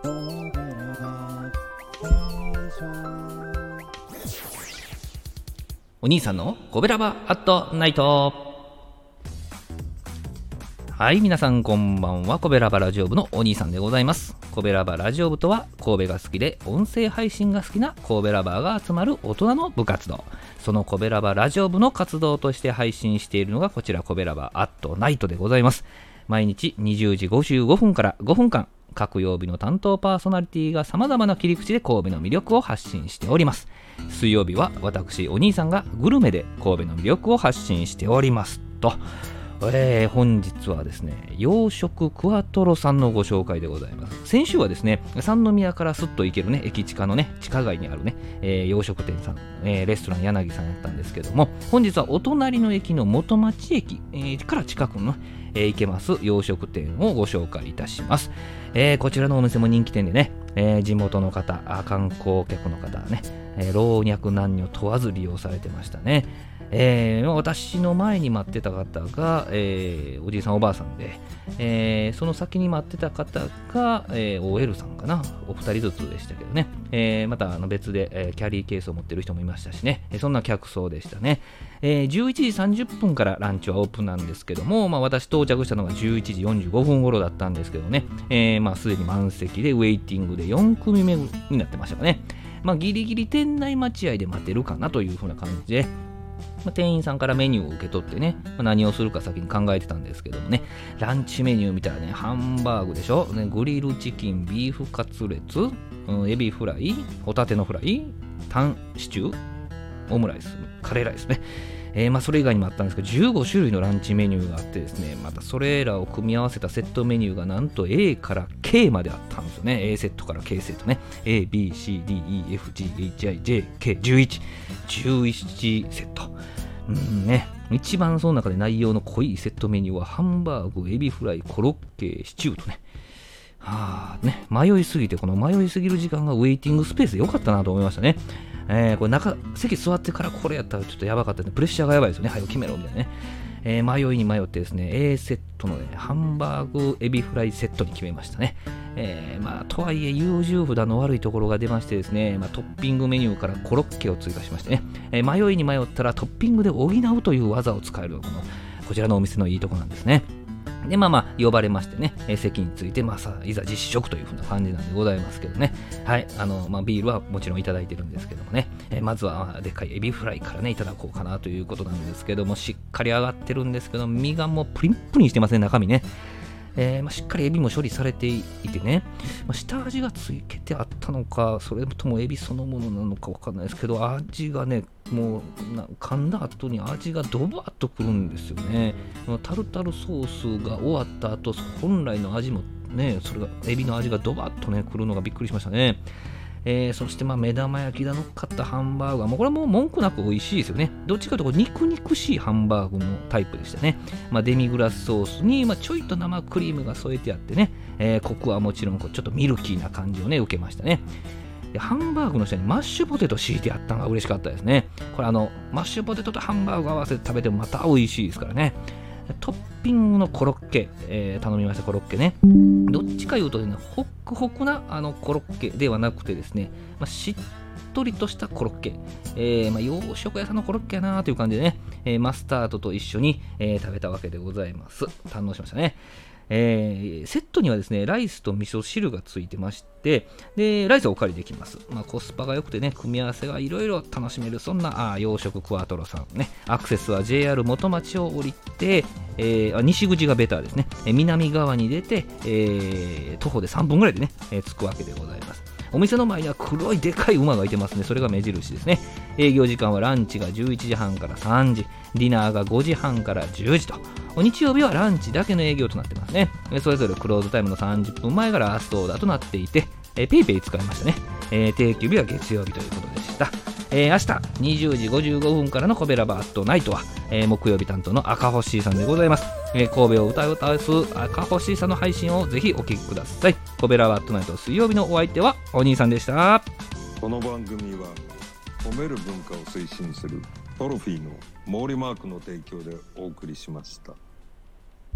お兄さんのコベラバアットナイト。はい、皆さんこんばんは。コベラバラジオ部のお兄さんでございます。コベラバラジオ部とは、神戸が好きで音声配信が好きな神戸ラバーが集まる大人の部活動。そのコベラバラジオ部の活動として配信しているのがこちらコベラバアットナイトでございます。毎日20時55分から5分間、各曜日の担当パーソナリティが様々な切り口で神戸の魅力を発信しております。水曜日は私お兄さんがグルメで神戸の魅力を発信しておりますと、本日はですね、洋食クワトロさんのご紹介でございます。先週はですね、三宮からすっと行けるね、駅近のね、地下街にあるね、洋食店さん、レストラン柳さんやったんですけども、本日はお隣の駅の元町駅、から近くの、行けます洋食店をご紹介いたします。こちらのお店も人気店でね、地元の方、観光客の方ね、老若男女問わず利用されてましたね。私の前に待ってた方が、おじいさんおばあさんで、その先に待ってた方が、OL さんかな、お二人ずつでしたけどね、また別で、キャリーケースを持ってる人もいましたしね、そんな客層でしたね。11時30分からランチはオープンなんですけども、私到着したのが11時45分頃だったんですけどね、すでに満席でウェイティングで4組目になってましたかね。ギリギリ店内待合で待てるかなという風な感じで、店員さんからメニューを受け取ってね、何をするか先に考えてたんですけどもね、ランチメニュー見たらね、ハンバーグでしょ、ね、グリルチキン、ビーフカツレツ、エビフライ、ホタテのフライ、タンシチュー、オムライス、カレーライスね。それ以外にもあったんですけど、15種類のランチメニューがあってですね、またそれらを組み合わせたセットメニューがなんと A から K まであったんですよね。A セットから K セットね。A、B、C、D、E、F、G、H、I、J、K、11セット。一番その中で内容の濃いセットメニューはハンバーグ、エビフライ、コロッケ、シチューとね。迷いすぎて、この迷いすぎる時間がウェイティングスペースで良かったなと思いましたね。これ席座ってからこれやったらちょっとやばかったね。プレッシャーがやばいですよね。早く決めろみたいなね。迷いに迷ってですね、A セットの、ね、ハンバーグエビフライセットに決めましたね。とはいえ優柔不断の悪いところが出ましてですね、トッピングメニューからコロッケを追加しましてね、迷いに迷ったらトッピングで補うという技を使えるこちらのお店のいいところなんですね。で呼ばれましてね、席についていざ実食という風な感じなんでございますけどね。はい、ビールはもちろんいただいてるんですけどもね、まずはでっかいエビフライからねいただこうかなということなんですけども、しっかり上がってるんですけど、身がもうプリンプリンしてますね、中身ね。しっかりエビも処理されていてね、下味がつけてあったのか、それともエビそのものなのかわかんないですけど、味がね、もう噛んだ後に味がドバッとくるんですよね。タルタルソースが終わった後、本来の味もね、それがエビの味がドバッとねくるのがびっくりしましたね。そして目玉焼きが乗っかったハンバーガー、これも文句なく美味しいですよね。どっちかというと肉々しいハンバーグのタイプでしたね。デミグラスソースに、ちょいと生クリームが添えてあってね、コクはもちろんちょっとミルキーな感じをね受けましたね。でハンバーグの下にマッシュポテト敷いてあったのが嬉しかったですね。これマッシュポテトとハンバーグ合わせて食べてもまた美味しいですからね。トッピングのコロッケ、頼みました。コロッケね、どっちかいうとね、ホックホクなコロッケではなくてですね、しっとりとしたコロッケ、洋食屋さんのコロッケやなという感じでね、マスタードと一緒に、食べたわけでございます。堪能しましたね。セットにはですね、ライスと味噌汁がついてまして、でライスはお借りできます。コスパが良くてね、組み合わせがいろいろ楽しめる、そんな洋食クワトロさんね。アクセスは JR 元町を降りて、西口がベターですね。南側に出て、徒歩で3分ぐらいでね、着くわけでございます。お店の前には黒いでかい馬がいてますね。それが目印ですね。営業時間はランチが11時半から3時、ディナーが5時半から10時と、日曜日はランチだけの営業となってますね。それぞれクローズタイムの30分前がラストオーダーとなっていて、ペイペイ使いましたね。定休日は月曜日ということでした。明日20時55分からのコベラバアットナイトは、木曜日担当の赤星さんでございます。神戸を歌わす赤星さんの配信をぜひお聞きください。コベラバアットナイト水曜日のお相手はお兄さんでした。 この番組は褒める文化を推進するトロフィーの毛利マークの提供でお送りしました。